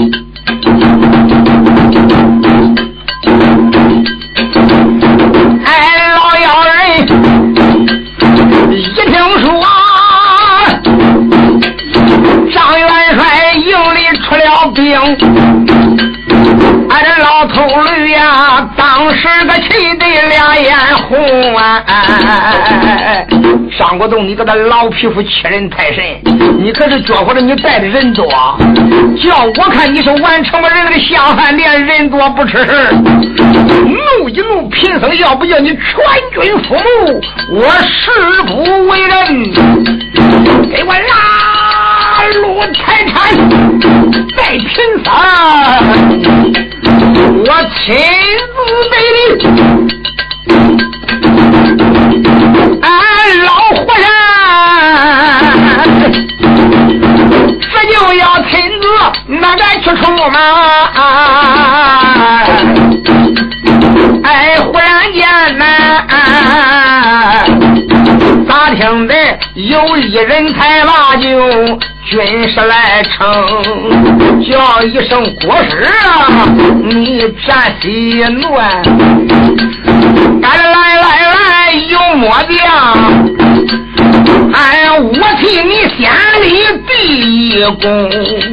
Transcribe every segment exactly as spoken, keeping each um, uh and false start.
哎，老妖人一听说张元帅营里出了兵，俺这老头驴呀，当时个气得俩眼红啊！张国栋，你个的老匹夫欺人太甚！你可是觉着你带的人多，叫我看你是完成了人的下饭店，人多不吃事。怒一怒，贫僧要不叫你全军覆没，我誓不为人。给我拉路财产，再贫僧，我亲自给你。俺老和尚这就要亲自那个去出马，哎，忽然间呢，咋听的有一人才把就军师来称，叫一声国师啊，你站西乱，来来来来有末将，哎，我替你先立第一功。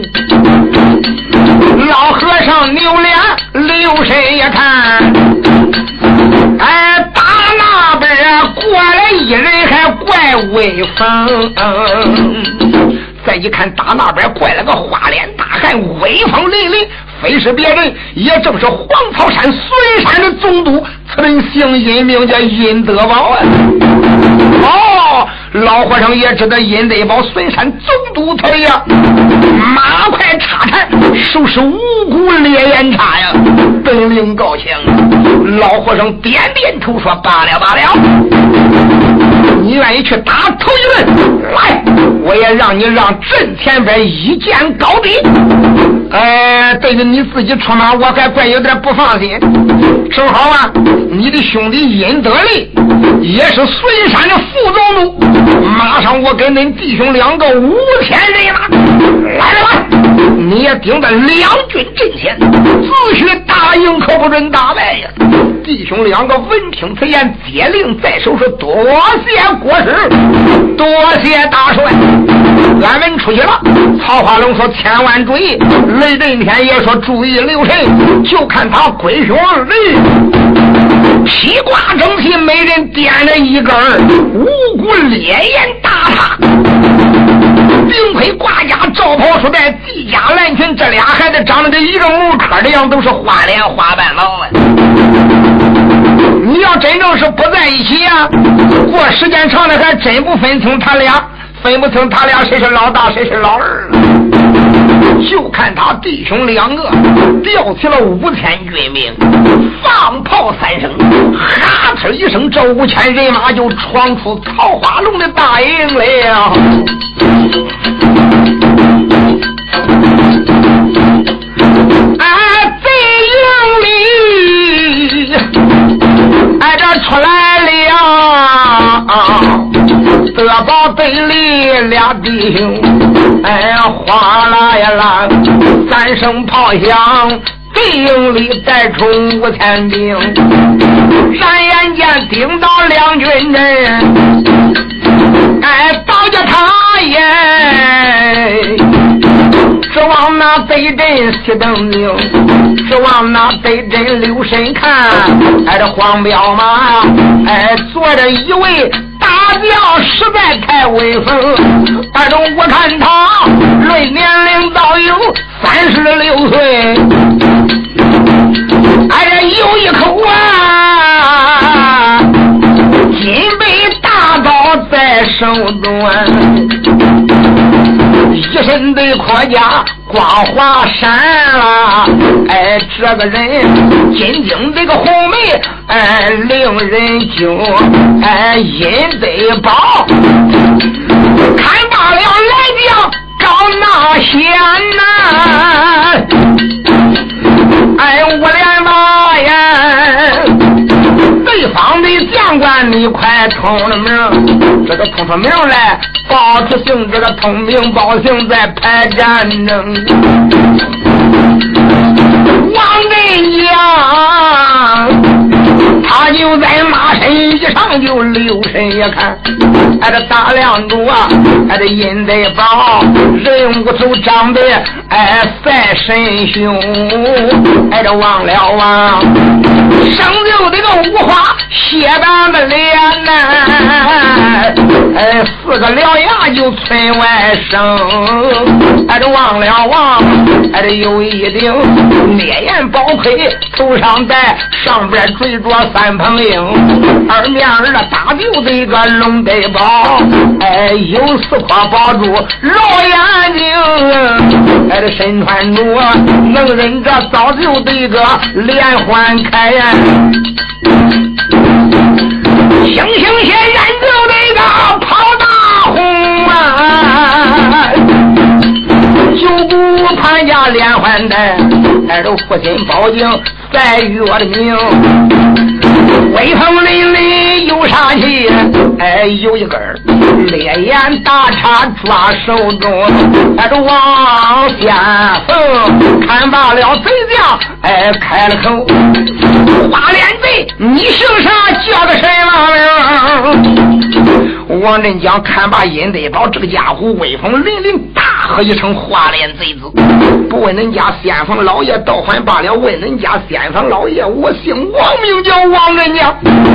老和尚扭脸留神一看，哎，打那边过来一人还怪威风，再一看打那边怪了个花脸大汉，威风凛凛，非是别人，也正是黄草山孙山的总督，此人姓殷，名叫殷德宝啊。哦，老和尚也知道殷德宝孙山总督他呀，马快插禅，手是五谷烈焰叉呀，本领高强。老和尚点点头说：罢了罢了，你愿意去打头一轮，来，我也让你让阵前边一见高低。哎，对着你自己出马，我还怪有点不放心。正好啊，你的兄弟殷德利也是孙山的副总督，马上我给恁弟兄两个五千人马，来来来，你也顶着两军阵前，自许打赢，可不准打败呀！弟兄两个闻听此言，接令在手，说：多谢国师，多谢大帅，俺们出去了。曹化龙说：千万注意。雷震天也说：注意留神。就看他龟兄二人披挂整齐，每人点了一根五谷烈焰大叉，顶盔挂甲，罩袍束带，系甲蓝裙，这俩孩子长得跟一个木刻的样，都是花脸花瓣毛啊！你要真正是不在一起呀、啊，过时间长了还真不分清他俩，分不清他俩谁是老大谁是老二。就看他弟兄两个调起了五千军兵，放炮三声，哈哧一声，这五千人马就闯出桃花龙的大营了。哎，这营里哎这出来了德宝对立俩弟兄，哎，哗啦呀啦，三声炮响，营里带出五千兵，转眼间顶到两军阵，哎，倒着他耶，指望那北阵西登兵，指望那北阵留神看，哎，这黄骠马，哎，坐着一位大将实在太威风，但是我看他论年龄倒有三十六岁，哎呀，有一口啊金杯大刀在手中啊，一身的盔甲光华闪了，哎，这个人金睛这个红眉，哎，令人惊，哎，殷德宝看罢了来将高纳贤呐，哎，我连妈呀，对方的将官你快通了名，这个通出名来，报出姓，这个通名报姓在排战争。 娘就留神一看，哎这大亮主啊，哎这阴德宝人物头长得哎赛神凶，哎这忘了忘生就这个五花血般的脸呐，哎四个獠牙就村外生，哎这忘了忘哎这有一顶烈焰宝盔，头上戴上边坠着三捧缨，二面儿的打就这个龙德宝，哎有四块宝珠老眼睛，哎这身穿着能人这早就这个连环开呀，星星血染就那个跑大红啊，九股潘家连环带，哎这父亲宝镜赛月的名，威风凛凛有杀气，哎有一根烈焰大叉抓手中，哎这往下走看罢了贼将，哎开了口，花脸贼你姓啥叫个什么名？王振江看罢尹德宝这个家伙威风凛凛，大喝一声花脸贼子，不问人家先锋老爷倒还罢了，问人家先锋老爷我姓王名叫王振江，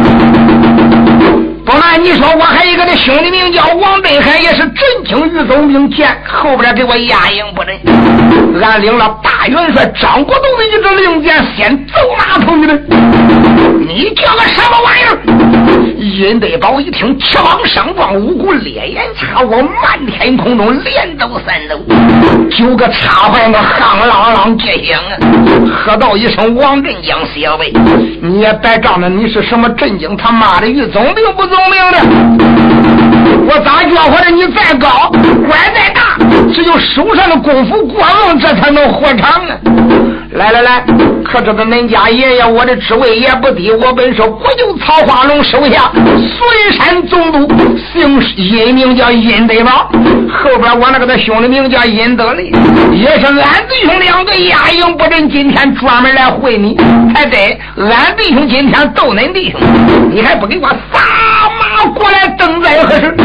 不瞒你说我还有一个的兄弟名叫王振海，也是镇清御总兵见后边给我压营不真，俺领了大元帅张国栋的一支令箭，先走哪头去的？你叫个什么玩意儿？尹德宝一听气往上撞，五股烈焰插我漫天空中连抖三抖，九个插怀的夯啷啷接响啊！喝道一声王振江小辈，你也别仗着你是什么镇京他妈的御总兵不总兵的，我咋觉或者你再高官再大，只有手上的功夫过硬，这才能活长啊！来来来，可知道恁家爷爷我的职位也不低，我本是国舅曹化龙手下孙山总督，姓尹名叫尹德宝，后边我那个的兄弟名叫尹德利，也是俺弟兄两个压营不振，今天专门来会你，才对，俺弟兄今天斗恁弟兄，你还不给我撒马过来等在何时？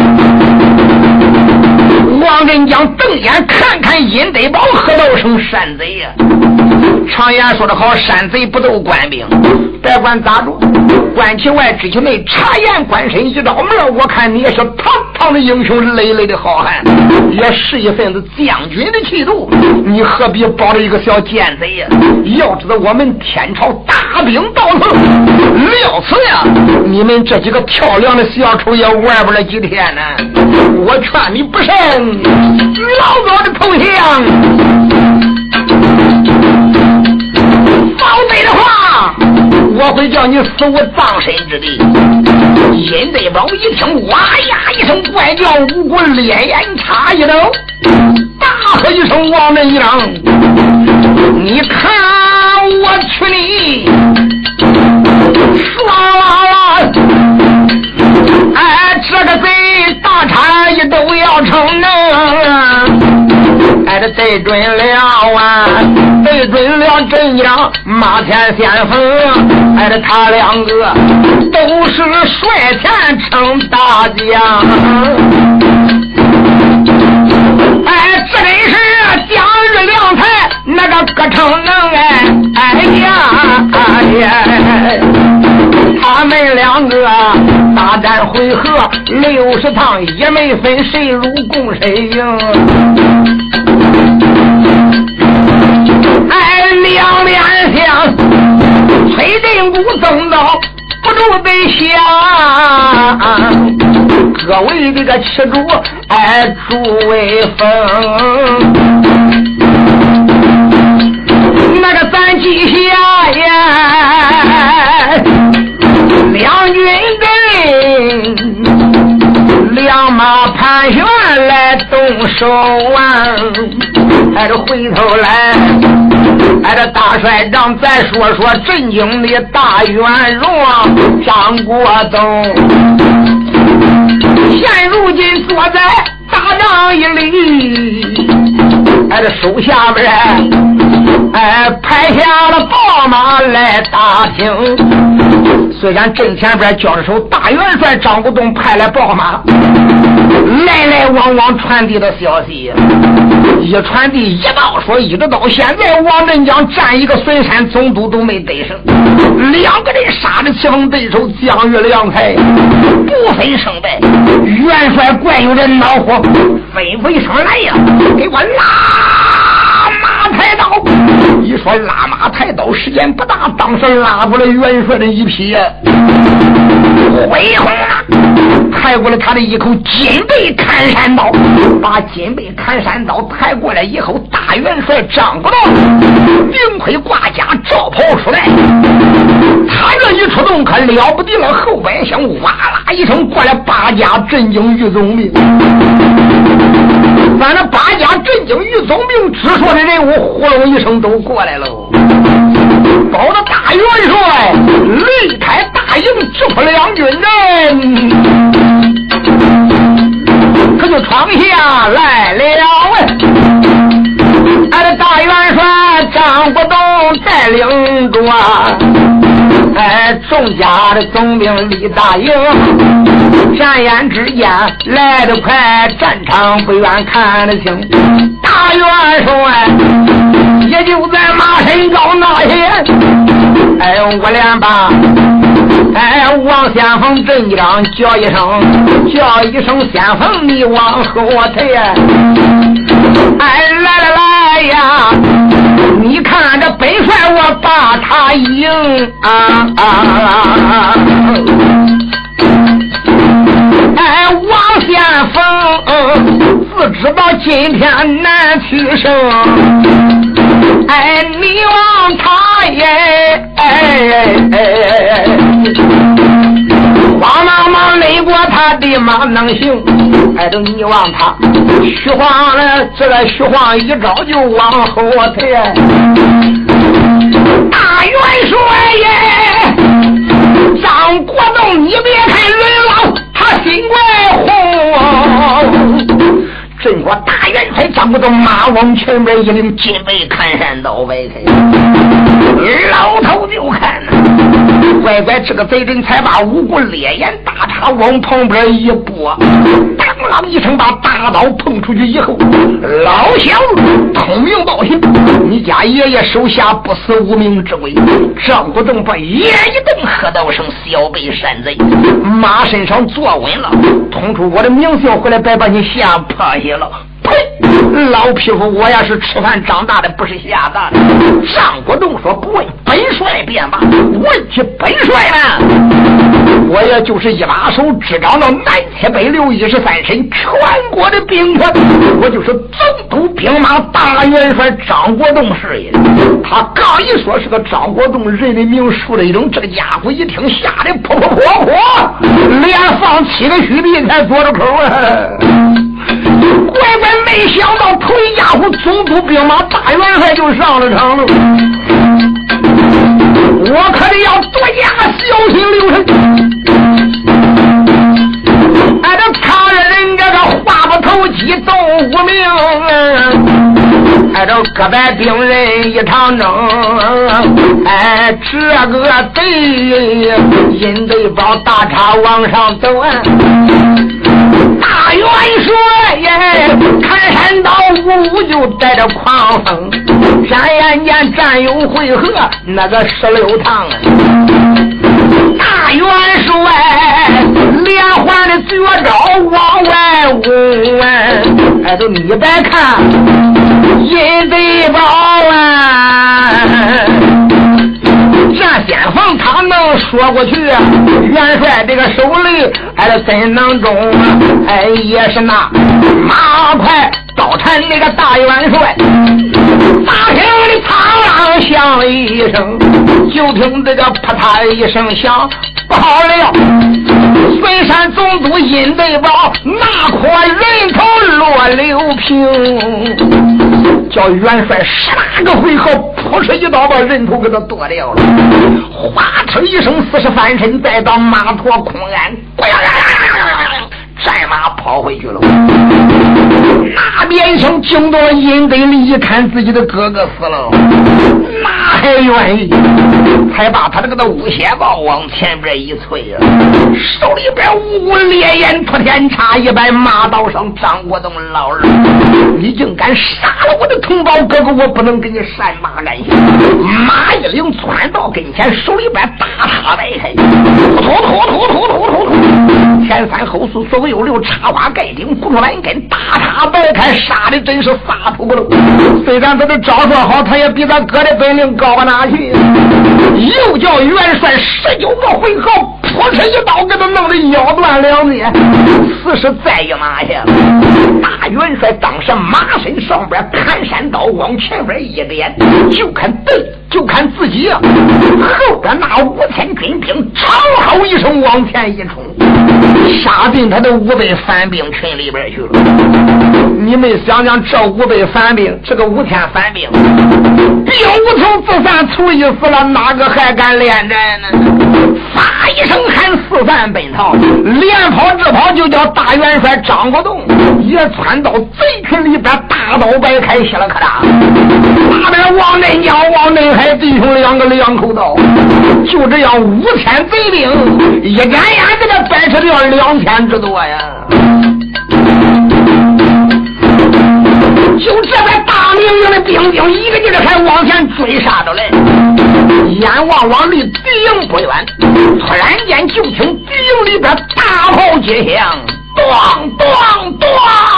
王振江瞪眼看看尹德宝，喝道声山贼呀、啊！常言说得好，山贼不斗官兵，别管咋着，关其外知其内，察言观身一道门，我看你也是堂堂的英雄，累累的好汉，也是一份子将军的气度，你何必抱着一个小奸贼呀？要知道我们天朝大兵到头，料此呀，你们这几个漂亮的小丑也玩不了几天呢。我劝你不慎，老早的投降，否则的话我会叫你死无葬身之地。尹德宝一听哇呀一声怪叫，五股烈焰插一抖，大喝一声王振江，你看我去你爽了，哎这个贼大叉一抖要成能，哎这对准了啊，对准了镇江马天先锋，哎这他两个都是率天成大将，哎这里是将日两台那个各成能，哎哎呀哎呀，他们两个大战回合六十趟，也没分谁入共谁赢，哎两面相崔振武增到不住得想，各位这个吃主哎诸位风，那个咱记下呀，两军队两马盘旋来动手啊，还是回头来哎这大帅长再说说镇京的大元荣张国栋，现如今坐在大帐一里，哎这手下边哎派下了宝马来打听， 虽然阵前边交着手，大元帅张国栋派来报马，来来往往传递的消息，一传递一报说，一直到现在王振江战一个孙山总督都没得胜，两个人杀着棋逢对手，将遇良才，不分胜败。元帅怪有人恼火，吩咐一声来呀，给我拉马抬刀。一说拉马抬刀，时间不大，当时拉过了元帅的一匹恢宏啊，抬过了他的一口金背砍山刀，把金背砍山刀抬过来以后，大元帅张国栋顶盔挂甲，罩袍出来，他这一出动可了不得了，后边响哇啦一声过来，八甲震惊于总兵。咱这八甲震惊于总兵直说的人物呼隆一声都过来了，保的大元帅擂台大营直扑两军人，可就闯下来了。俺的大元帅张国栋带领着哎，众家的总兵李大营，转眼之间来得快，战场不远看得清。大元帅也就在马身高那些，哎，我连把哎王先锋镇长叫一声，叫一声先锋，你往后退。哎，来来来呀！你看这本帅我把他赢啊啊啊！哎，王先锋自知道今天难取胜，哎，你望他也哎哎慌忙忙累过他的马能行，哎，都你望他虚晃了，这个虚晃一招就往后退。大元帅耶，张国栋，你别看人老，他心怪红。正说大元帅张国栋马往前边一领，金背看山刀摆开，老头就看呐，乖乖这个贼人才把五股烈焰大叉往旁边一拨，当啷一声把大刀碰出去以后，老小子通名报信，你家爷爷手下不死无名之鬼。张国栋把眼一瞪，喝道声小辈山贼，马身上坐稳了，通出我的名校回来，别把你吓破下了。呸！老匹夫，我要是吃饭长大的，不是吓大的。张国栋说不问本帅便罢，问起本帅呢，我也就是一把手执掌到南铁北六一十三省全国的兵权，我就是总督兵马大元帅张国栋是也。他刚一说是个张国栋，人的名树了一种，这个家伙一听吓得噗噗噗噗，连放七个虚鼻才坐着口啊！乖乖没想到头一家伙总督兵马大元帅就上了场了，我可得要多加小心留神。哎，这看着人这个话不投机动无名，哎，这各摆兵人一场争，哎，这个贼引得包大叉往上走啊！大元帅耶，看山刀呜呜就带着狂风，转眼间战友会合那个十六趟啊！大元帅连环的绝招往外舞啊！哎，都你别看引得包啊！战先锋他能说过去，元帅这个手里哎怎能中啊？哎，也是那马快刀缠那个大元帅，大厅里苍啷响了一声，就听这个啪嗒一声响，不好了！孙山总督尹对宝那颗人头落六平，叫元帅十八个回合扑出一刀把人头给他剁掉了，哗哧一声四十翻身，再到马驼空鞍，战马跑回去了。那边上惊到阴德里一看自己的哥哥死了，哪还愿意？才把他这个的五血豹往前边一催啊，手里边五股烈焰扑天叉一般马刀上，张国栋老二，你竟敢杀了我的同胞哥哥，我不能给你善马安心。马一领窜到跟前，手里边大叉摆开，突突突突突突突，前三后四左右六，插花盖顶，不出来根，大叉摆开，杀的真是撒土不漏。虽然他的招数好，他也比他哥的本领高不哪去。又叫元帅十九个回合，扑哧一刀给他弄得腰断两截，死是再一马下。大元帅当时马身上边看山刀往前边一点，就看对，就看自己啊，后边那五千军兵长吼一声往前一冲，杀进他的五百反兵群里边去了。你们想想，这五百反兵，这个五千反兵，兵无从自散，卒已死了，哪个还敢恋战呢？发一声喊四散奔逃，连跑直跑就叫大元帅张国栋也窜到贼群里边，大刀摆开，稀了咔嚓，那边往内鸟往内海弟兄两个两口刀，就这样五千贼兵一眨眼给他摆出掉两千之多呀。就这边大明营的兵丁一个劲的还往前追杀着来，眼望望离敌营不远，突然间就听敌营里边大炮接响，咚咚咚，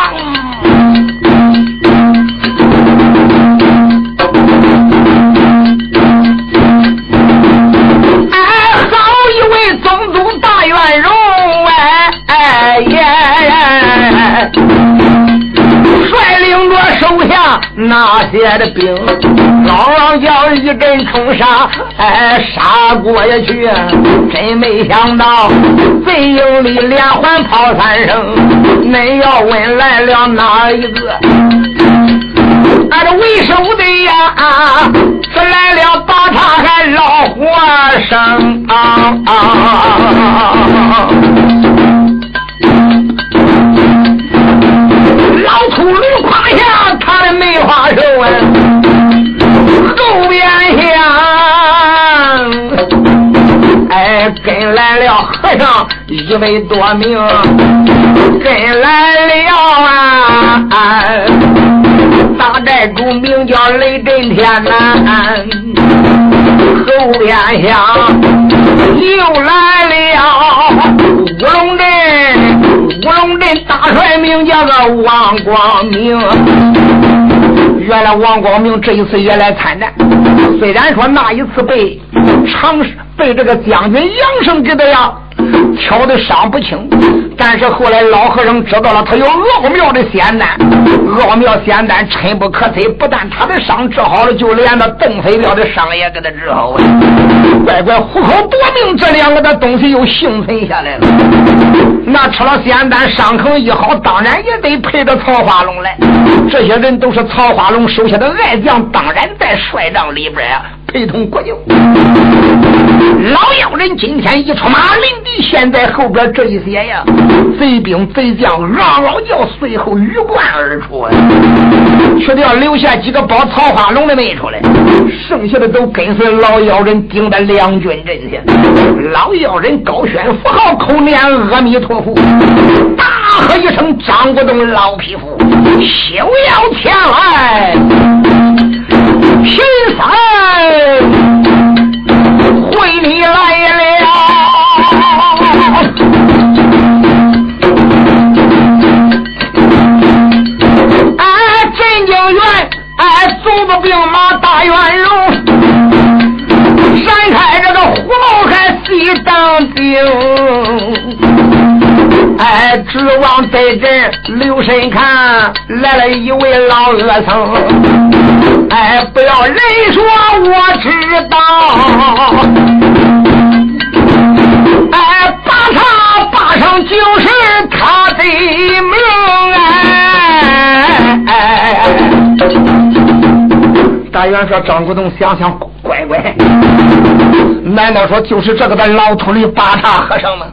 哎，好一位总督大元荣，哎哎耶，率领着手下那些的兵，嗷嗷叫一阵冲杀，哎，杀过下去，真没想到贼营里连环炮三声。恁要问来了哪一个？俺这为首的呀，这来了八叉还老和尚啊啊！老秃驴胯下他的梅花手啊，后边厢哎跟来了和尚一位多名，跟来了啊大寨主名叫雷震天呐，后边厢又来了乌龙镇乌龙镇大帅名叫个王光明。原来王光明这一次也来参战，虽然说那一次被长被这个将军杨胜给他呀挑的伤不轻，但是后来老和尚知道了他有奥妙的仙丹，奥妙仙丹深不可测，不但他的伤治好了，就连那邓飞彪的伤也给他治好了。乖乖虎口夺命这两个的东西又幸存下来了。那吃了仙丹伤口一好，当然也得陪着曹花龙来，这些人都是曹花龙手下的爱将，当然在帅帐里边呀陪同国舅。老妖人今天一出马临敌，现在后边这一些呀贼兵贼将嗷嗷叫，随后鱼贯而出，却要留下几个保曹花龙的没出来，剩下的都跟随老妖人顶在两军阵前。老妖人高宣符号，口念阿弥陀佛，大喝一声：张国栋老匹夫，休要前来平反，回你来了。哎，镇静院，哎，总督兵马大元荣，闪开这个葫芦还西当兵，哎，指望在这留神看来了一位老恶僧，哎，不要人说我知道，哎，把他扒上就是他的命，哎哎哎！大元说张国栋想想，乖乖，难道说就是这个的老秃驴八叉和尚吗？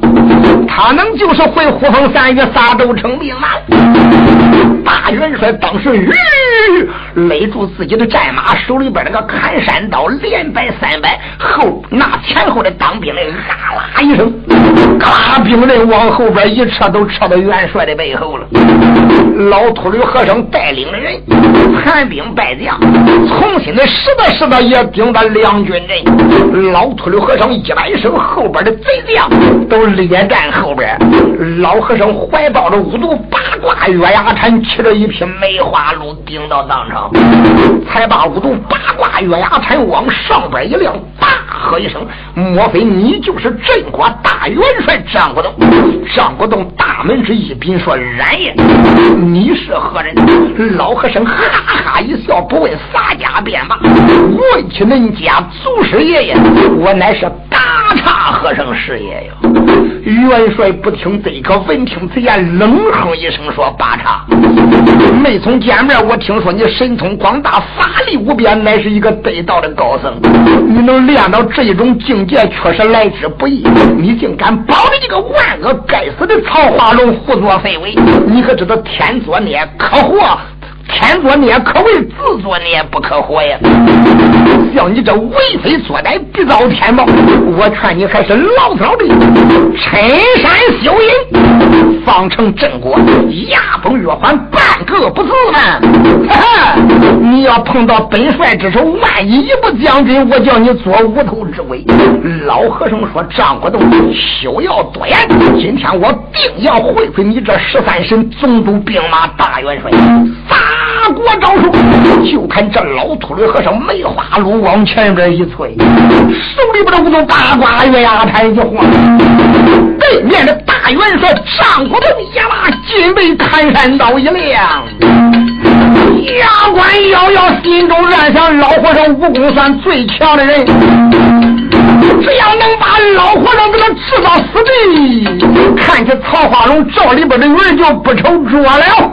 他能就是会呼风散雨撒豆成兵吗？大元帅当时吁勒住自己的战马，手里边那个砍山刀连摆三摆，后那前后的当兵的啊啦一声，嘎，兵人往后边一撤，都撤到元帅的背后了。老秃驴和尚带领的人残兵败将，重新的实打实的也顶到两军阵。老秃驴和尚一摆手，后边的贼将都列站后边。老和尚怀抱着五毒八卦月牙禅，骑着一匹梅花鹿顶到当场，才把五毒八卦月牙禅往上边一亮，大喝一声：莫非你就是镇国大元帅张国栋？张国栋大门之一宾说：然也。你是何人？老和尚哈哈一笑，不问洒家便罢。问起恁家祖师爷爷，我乃是嘎叉和尚师爷呀。元帅不听这个，闻听此言，冷哼一声说：八叉，没从见面，我听说你神通广大，法力无边，乃是一个得道的高僧。你能练到这种境界，确实来之不易。你竟敢保着这个万恶该死的曹化龙胡作非为，你可知道天作孽可活，天作孽可为，自作孽不可活呀！像你这为非作歹，必遭天报。我劝你还是老早的陈山修营，方成正果，压崩月环，半个不字嘛！哈哈，你要碰到本帅之手，万一一不将军，我叫你做无头之鬼。老和尚说：张国栋，休要多言，今天我定要会会你这十三省总督兵马大元帅。撒国招数，就看这老秃驴和尚梅花鹿往前边一催，手里边的五种八卦月牙禅一晃，对面的大元帅张国栋也把金背砍山刀一亮。牙关咬咬，心中暗想：老和尚武功算最强的人，只要能把老和尚给他治到死地，看起曹化龙赵里边的女人就不愁捉了。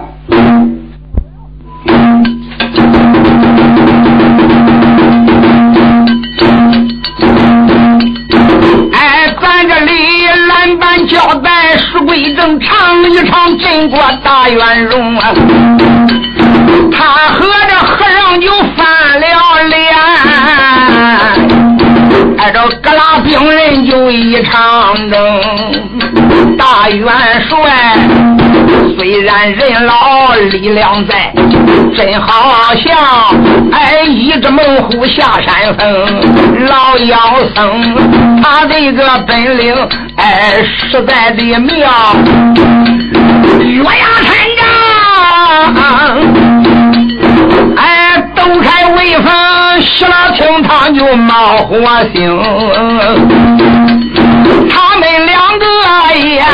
哎，咱这里蓝板交代是规正，唱一唱镇国大元荣啊，他和这和尚就翻了脸，哎，这各拉兵人就一场争。大元帅虽然人老力量在，真好像哎一只猛虎下山峰。老妖僧他这个本领哎实在的妙，月牙禅杖哎抖开威风，吸了清汤就冒火星。他们两个呀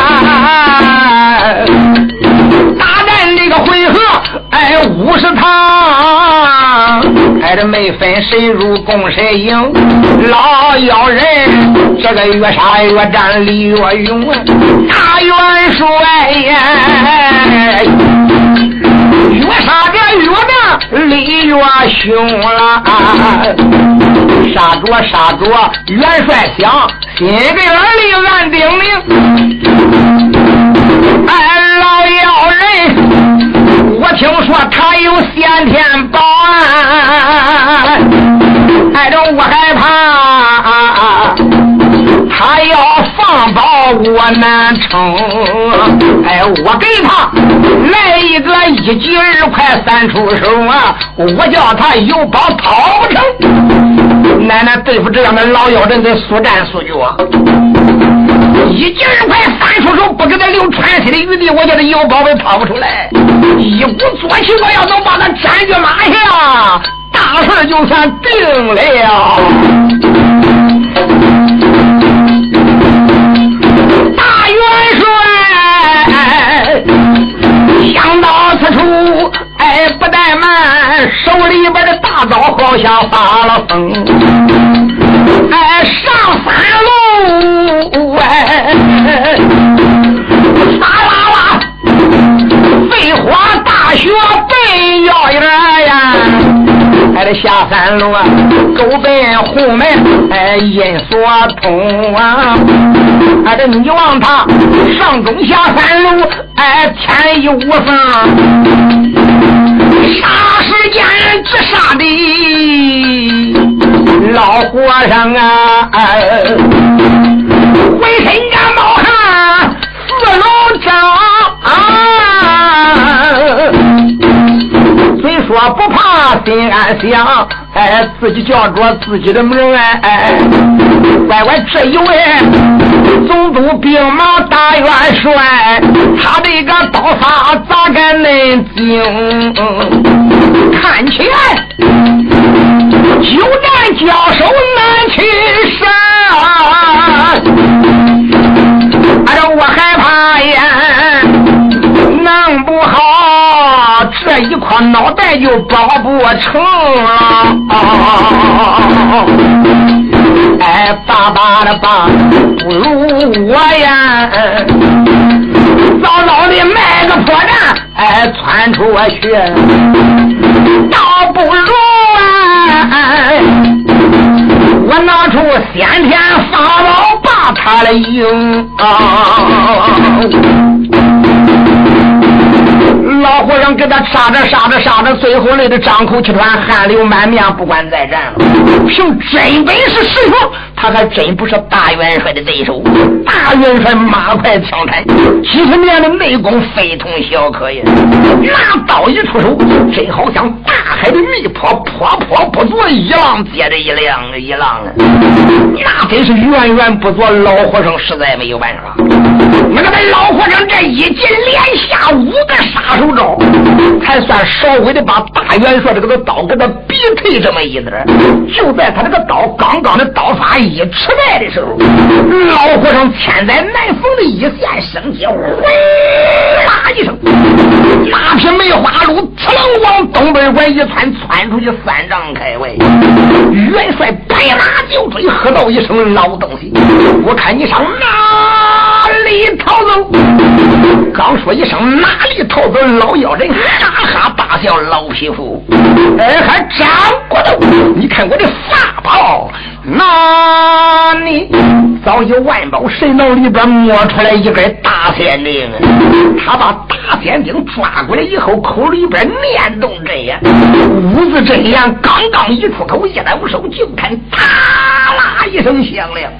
大战这个回合哎五十趟，哎这没分谁入攻谁赢。老妖人这个越杀越战力越勇，大元帅呀越杀着越战力越凶了。杀着杀着元帅想心给耳里暗叮咛，哎老妖人我听说他有先天保安，哎这我害怕他要放宝我难成，哎我给他来一个一击二快三出手啊，我叫他有宝逃不成。奶奶对付这样的老妖人得速战速决，一击二快三出手，不给他留喘息的余地，我叫他有宝贝逃不出来。一鼓作气，我要能把他斩去马下，大事就算定了。大元帅想到此处哎不怠慢，手里边的大刀好像发了疯，哎上三路哎沙啦啦飞花大雪奔摇影呀，哎这下三路，狗奔虎门哎引所通啊！哎这你望他上中下三路哎天衣无缝，啥时间直杀的老和尚啊！哎浑身干冒汗四龙掌啊！虽说不怕心安详，哎，自己叫着自己的名哎哎，乖乖这一位总督兵马大元帅，他这个刀法咋个嫩精？看起来久战交手难取胜，哎这我害怕呀，弄不好这一块脑袋就保不成了。哎，爸爸的爸不如我呀，早早的卖个破绽，哎，窜出去，倒不如啊，我拿出先天法宝把他的赢啊！老和尚给他杀着杀着杀着，最后累得张口气喘，汗流满面，不管再战了。凭真本事实力，他还真不是大元帅的对手。大元帅马快枪铲，几十年的内功非同小可也。拿刀一出手，真好像大海的密坡，坡坡不作一浪接着一浪一浪，那真是源源不绝。老和尚实在没有办法，那个老和尚这一击连下五个杀手招，才算稍微的把大元帅这个刀给他逼退这么一点。就在他这个刀刚刚的刀法一出来的时候，老和尚千载难逢的一线生机，呼啦一声，那匹梅花鹿刺棱往东北关一窜，窜出去三丈开外。元帅拍马就追，喝道一声：“老东西，我看你上哪里逃走！”刚说一声哪里逃走，老妖人哈哈大笑：“老匹夫，哎，还长骨头！你看我的法宝，那你早有万宝神脑里边摸出来一根大仙钉，他把大仙钉抓过来以后，口里边念动真言，五字真言刚刚一出口，一抖手就看哒啦一声响亮。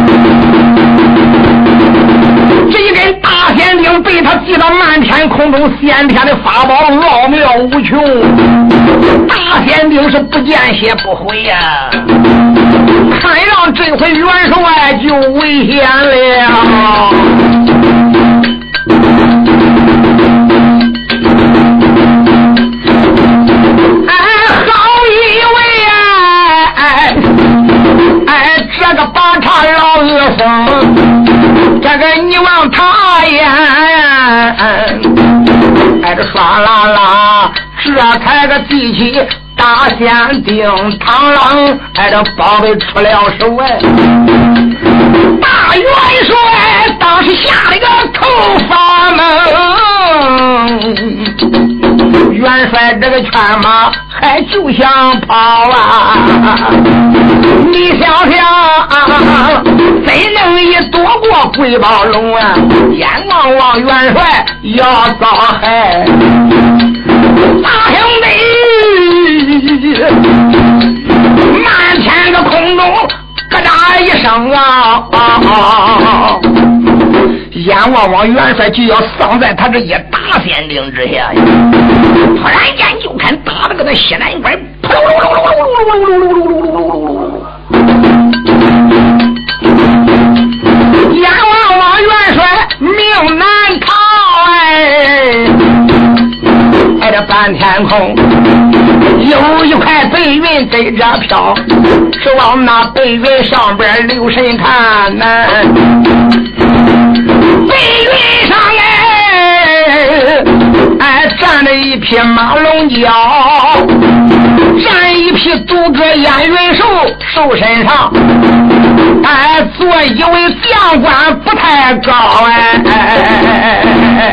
这一根大仙钉被他记到漫天空中，先天的法宝奥妙无穷，大仙钉是不见血不回呀、啊！看让这回元帅就危险了。哎，好一位啊！哎哎，这个八叉老恶僧，这个你望他呀，哎这唰啦啦，这才个记起大仙钉螳螂，哎这宝贝出了手哎，大元帅当时下了个口法门，元帅这个圈马还就想跑啊，你想想谁能一躲过鬼宝龙啊，眼望望元帅要遭害，大兄弟满天的空中咯嗒一声啊啊啊，眼望望元帅就要丧在他这一大仙钉之下，突然间就看打了个那西南关，扑噜噜噜噜噜噜噜噜噜噜噜噜，眼望望元帅命难逃哎，哎这半天空有一块白云在这飘，是往那白云上边留神看呐、啊，白云上哎哎站着一匹马龙角，站一匹独个烟云兽，兽身上哎坐一位将官不太高哎，哎哎哎哎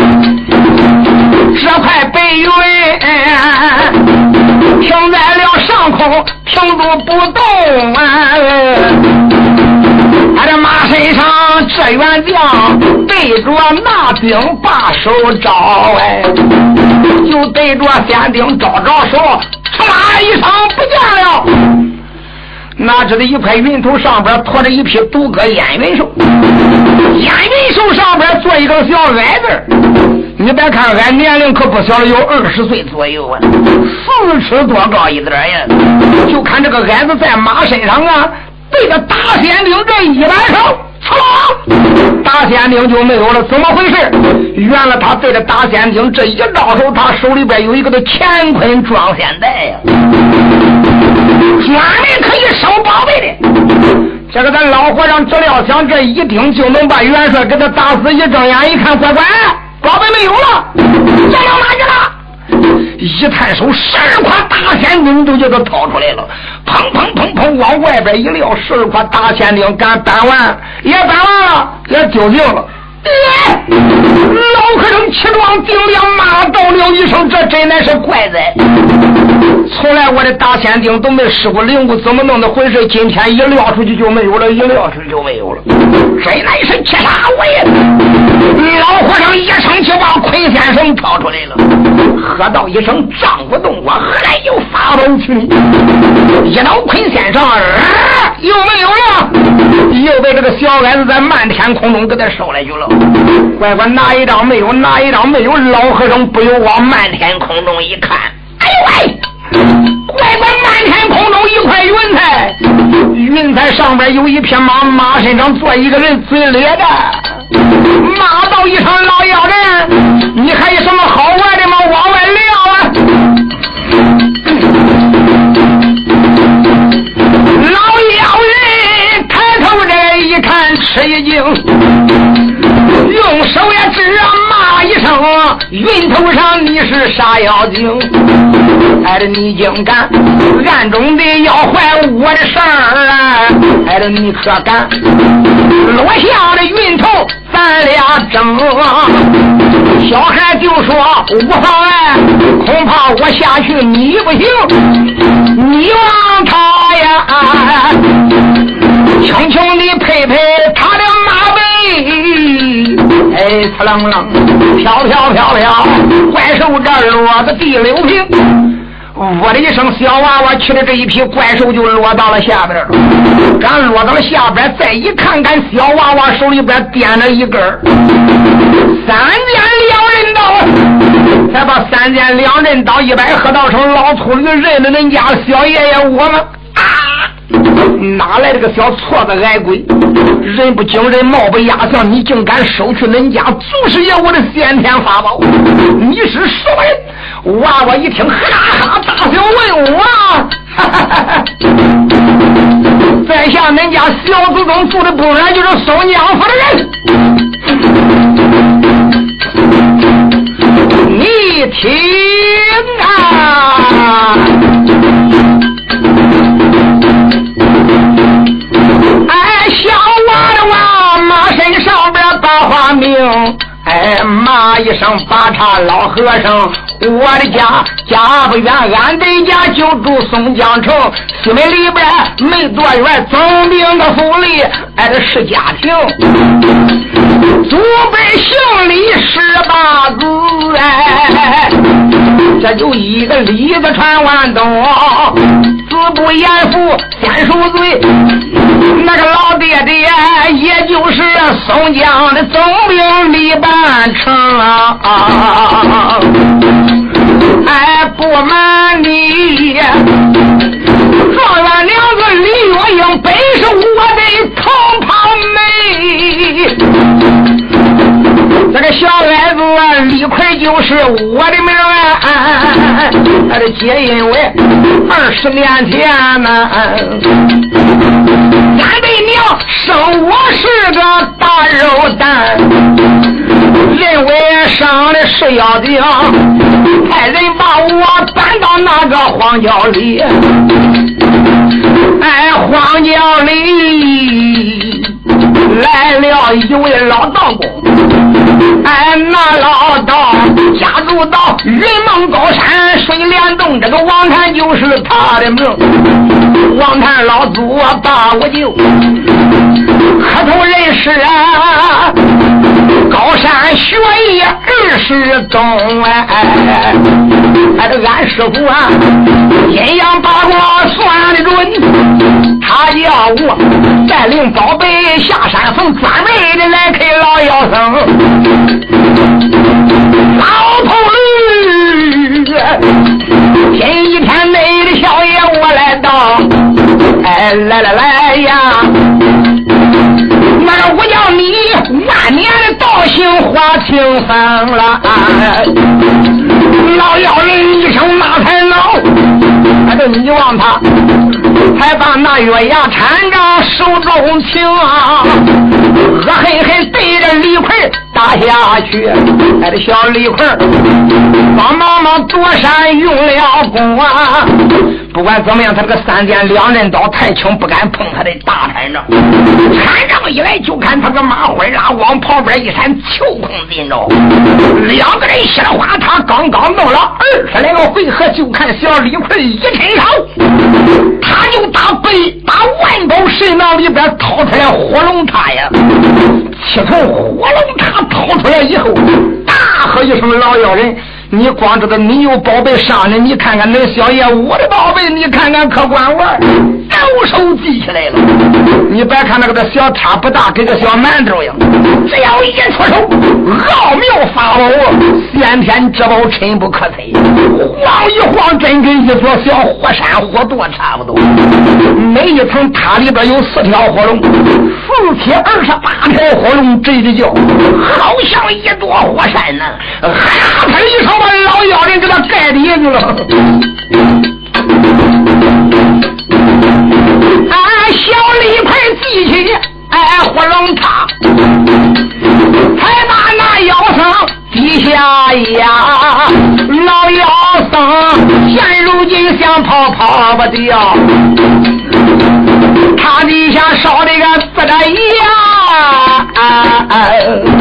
这块白云、哎、停在了上上空停住不动啊！他这马身上这员将对着那兵把手招哎，又对着先兵招招手，唰啦一声不见了。哪知道一块云头上边驮着一匹独个燕云兽，燕云兽上边坐一个小矮子，你别看俺年龄可不小了，有二十岁左右啊，四尺多高一点呀。就看这个矮子在马身上啊，对着大仙顶这一摆手，唰，大仙顶就没有了。怎么回事？原来他对着大仙顶这一招手，他手里边有一个的乾坤装仙袋呀，专门可以收宝贝的。这个咱老和尚只料想这一顶就能把元帅给他打死，一睁眼一看，乖乖，宝贝没有了，这到哪去了？一探手，十二块大仙钉都叫他掏出来了，砰砰砰砰往外边一撂，十二块大仙钉刚搬完，也搬完了，也丢尽了。哎，老和尚气壮顶梁，骂道了一声：“这真乃是怪哉！从来我的大仙钉都没试过灵物，怎么弄的回事？今天一撂出去就没有了，一撂出去就没有了，真乃是气煞我呀！”老和尚一生气，把坤先生掏出来了，喝道一声：“张不动我，何来有法宝去你？”一刀坤先生，呃，又没有了，又被这个小矮子在漫天空中给他收来去了。乖乖，哪一张没有？哪一张没有？老和尚不由往漫天空中一看，哎呦喂！乖乖，漫天空中一块云彩，云彩上边有一匹马，马身上坐一个人，嘴咧的，骂道一声：“老妖人，你还有什么好玩的吗？往外撂啊！”老妖人抬头这一看，吃一惊，用手也指啊骂一声：“云头上你是啥妖精？哎，你竟敢暗中的要坏我的事儿啊！哎，你可敢落下的云头咱俩争？”小孩就说：“无妨碍，恐怕我下去你不行，你望他呀，轻轻地拍拍他的马背，哎，刺楞楞，飘飘飘飘，怪兽这落的地溜平。”我的一声，小娃娃骑着这一匹怪兽就落到了下边了。刚落到了下边，再一看看，小娃娃手里边掂着一根三剑两刃刀，才把三剑两刃刀一摆，喝道成：“老秃驴认了人家小爷爷我们啊！哪来这个小矬子矮鬼？人不惊人，貌不压相，你竟敢收取人家祖师爷我的先天法宝？你是什么人？”娃娃一听，哈哈大笑问我：“哈哈哈哈在下人家小祖宗住的不远，就是松江府的人。你听啊！哎，小娃的娃马身上边大花名。哎，骂一声八叉老和尚，我的家家不远，俺的家就住松江城，西门里边没多远，总兵的府里，哎，这是家庭，祖辈姓李十八字，哎，这就一个李字传万东，子不言父先赎罪，那个老爹爹也就是松江的总兵李半成啊！哎，不瞒你，状元娘子李月英本是我的同袍妹，这个小孩子李逵就是我的名啊！他的皆因为二十年前呢，俺的娘生我是个大肉蛋，认为上的是妖精，派人把我搬到那个荒郊里。哎，荒郊里来了一位老道公， 哎，那老道家住到云梦高山水帘洞，这个王禅就是他的命。王禅老祖把我救，可头人士啊，高山学艺二十宗哎，哎，这俺师傅啊，阴阳八卦算得准，他叫我带领宝贝下山峰，专门的来给老妖僧。老头驴，今一天内的宵夜我来到，哎，来来来呀！那个我叫你万年的道行花清风了，老妖人一声骂才恼，哎，这你望他，才把那月牙缠着手中情啊，恶狠狠对着李逵打下去。哎，这小李逵帮忙忙躲闪用了功啊，不管怎么样，他这个三点两刃刀太轻，不敢碰他的大禅杖。禅杖一来，就看他个马灰拉往旁边一闪，球空进着。两个人稀里哗啦，刚刚弄了二十来个回合，就看小李逵一伸手，他就打背把万宝神囊里边掏出来火龙塔呀。其从火龙塔掏出来以后，大喝一声：“老妖人！你光知道你有宝贝上人，你看看那小爷我的宝贝，你看看可管玩，都手记起来了。你别看那个的小叉不大，跟个小馒头一样，只要一出手，奥妙法宝，先天之宝，深不可测。晃一晃，真跟一座小火山火垛差不多。每一层塔里边有四条火龙，四铁二十八条火龙追着叫，好像一座火山呢。哈他一声。把老妖人给他盖底去了。啊，小李逵记起哎火龙塔，才把那妖僧低下压。老妖僧现如今想跑跑不掉，他底下烧这个自个呀。啊啊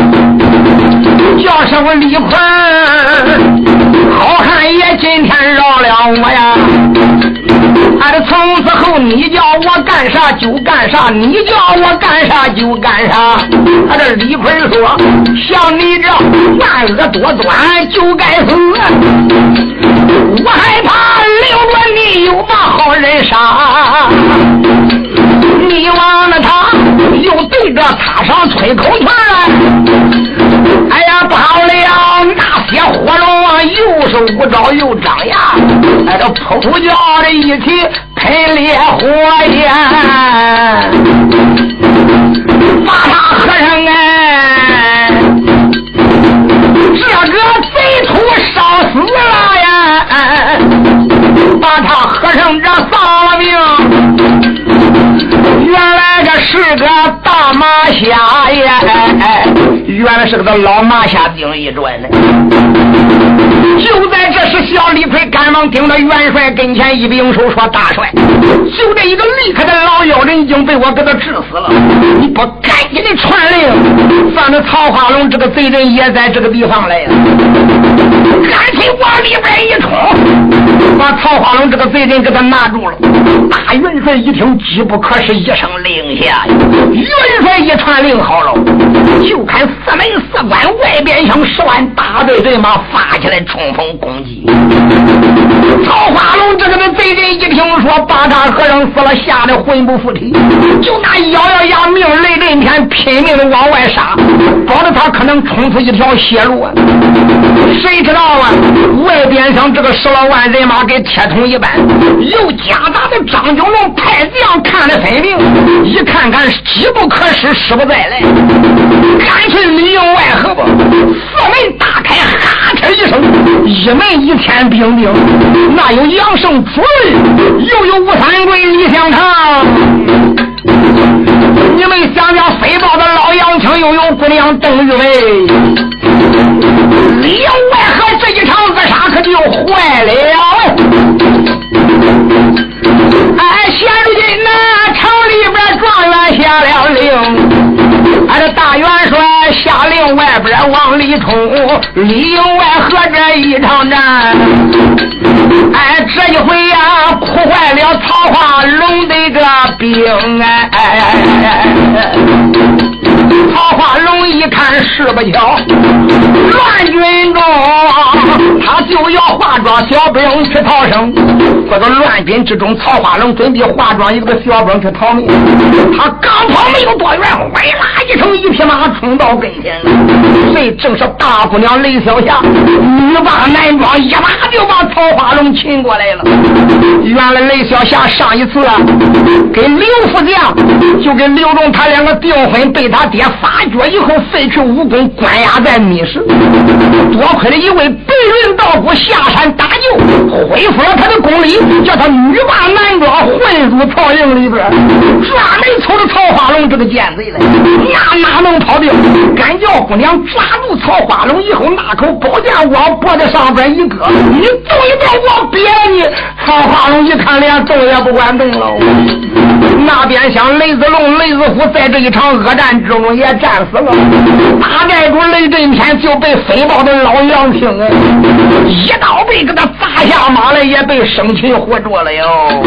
叫什么李逵，好汉爷今天饶了我呀！啊，这从此后你叫我干啥就干啥，你叫我干啥就干啥。啊，这李逵说：“像你这万恶多端就该死，我害怕留着你有把好人杀。”你望着他，又对着塔上吹口气来。哎呀，不好了！那些火龙啊，又是五爪又长牙，哎，这噗噗叫的一起喷烈火焰，把他和尚哎，这个贼徒烧死了呀！把他和尚这丧了命。原来这是个大马侠呀，原来是个老马侠丁一转的。就在这时，小李逵赶忙顶到元帅跟前，一并手说：“大帅，就这一个厉害的老妖人已经被我给他治死了，你不赶紧的传令，咱的曹化龙这个贼人也在这个地方来了。”干脆往里边一冲，把曹化龙这个贼人给他拿住了。大元帅一听，机不可失，一声令下，元帅一传令好了，就看四门四关外边像十万大队人马发起来冲锋攻击。曹化龙这个的贼人一听说八大和尚死了，吓得魂不附体，就拿咬咬牙命雷震天，拼命的往外杀，保着他可能冲出一条血路啊！谁知道啊，外边像这个十来万人马给铁桶一般，又加大的张九龙太将看得分明，一看看机不可失，失不再来，干脆里应外合吧。四门大开，哈哧一声，一门一千兵兵，那有杨胜主任，又有吴三桂、李香堂，你们想想飞豹的老杨青，又有姑娘邓玉梅，里应外合，这一场自杀可就坏了。哎，现如今呢，城里边状元下了令，哎，这大元帅下令外边往里冲，里应外合这一场战。哎，这一回呀、啊，哭坏了曹化龙的个兵哎。曹化龙一看事不巧，乱军中他就要化妆小兵去逃生。这个乱军之中，曹化龙准备化妆一个小兵去逃命。他刚跑没有多远，哗啦一声，一匹马冲到跟前，这正是大姑娘雷小霞，女扮男装，一把就把曹化龙擒过来了。原来雷小霞上一次啊，跟刘副将就跟刘荣他两个订婚，被他爹发觉以后废去武功，关押在密室。多亏了一位白云道姑下山搭救，恢复了他的功力，叫他女扮男装混入曹营里边，专门瞅着曹化龙这个奸贼来，那哪能跑掉？敢叫姑娘抓住曹化龙以后，那口宝剑往脖子上边一搁，你动一动我别你。曹化龙一看连动也不管动了。那边想雷子龙、雷子虎在这一场恶战之中也战死了，大寨主雷震天就被飞报的老杨听哎，一刀被给他砸下马来，也被生擒活捉了哟。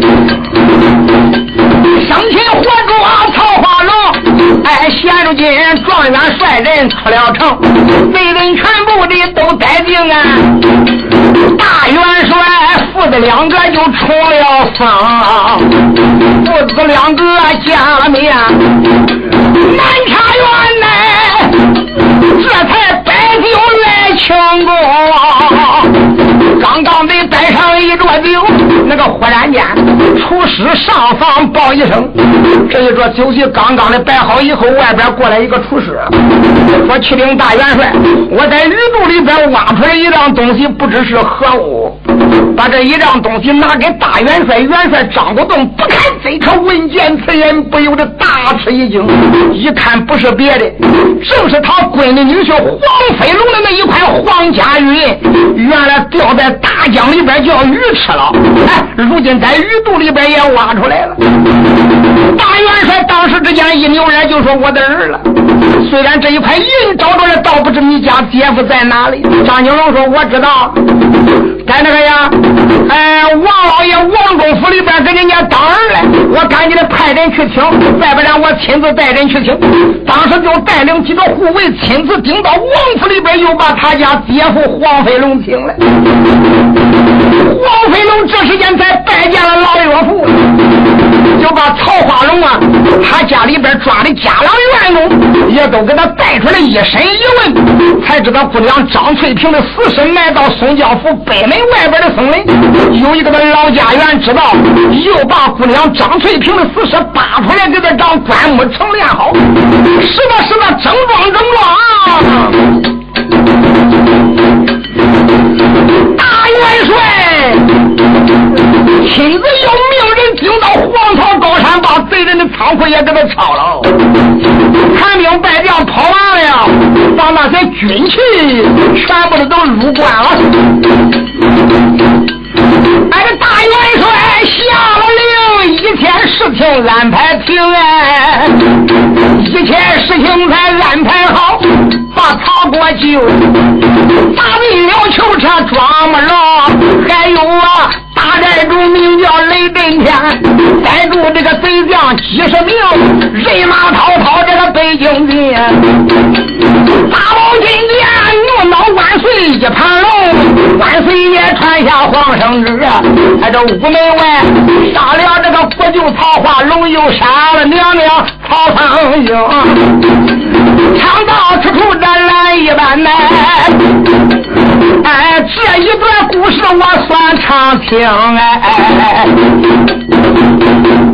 生擒活捉啊，曹化龙，哎，现如今状元率人出了城，贼人全部的都逮进啊。大元帅父子两个就冲了丧，父子两个见了面，南茶园内这才摆酒来庆功。刚刚得摆上一桌酒，那个忽然间厨师上房报一声，这一桌酒席刚刚的摆好以后，外边过来一个厨师说：启禀大元帅，我在鱼肚里边挖出来一样东西，不知是何物，把这一样东西拿给大元帅。元帅张国栋不看这可闻见此言，不由得大吃一惊，一看不是别的，正是他闺女女婿黄飞龙的那一块黄家玉，原来掉在大江里边叫鱼吃了，哎，如今在鱼肚里边也挖出来了。大元帅当时之间一扭脸就说：我的儿了，虽然这一块银找着了，倒不知你家姐夫在哪里。张景龙说：我知道，在那个呀，哎，王老爷王中府里边跟人家当儿来，我赶紧的派人去请，再不然我亲自带人去请。当时就带领几个护卫亲自顶到王府里边，又把他家姐夫黄飞龙请来。黄飞龙这时间才拜见了老岳父，就把曹化龙啊他家里边抓的家郎员工也都给他带出来，一审一问，才知道姑娘张翠萍的死尸埋到松江府北门外边的森林，有一个的老家园知道，又把姑娘张翠萍的死尸扒出来给他长棺木陈列好，是的是的，整装整装啊。大元帅亲自又命人顶到黄草高山，把贼人的仓库也给他抄了，残兵败将跑完了，把那些军器全部的都入关了。哎，这大元帅下了令，一切事情安排平安，一切事情才安排好，把曹国救，打进了囚车装不着，还有啊大寨主名叫雷震天，带住这个贼将几十名，人马滔滔这个北京进，大宝金殿怒恼万岁一盘龙，万岁爷传下皇圣旨啊！在这午门外杀了这个国舅曹化龙，又杀了娘娘曹苍英，唱到此处这来一般呢。哎，这一段故事我算唱清哎。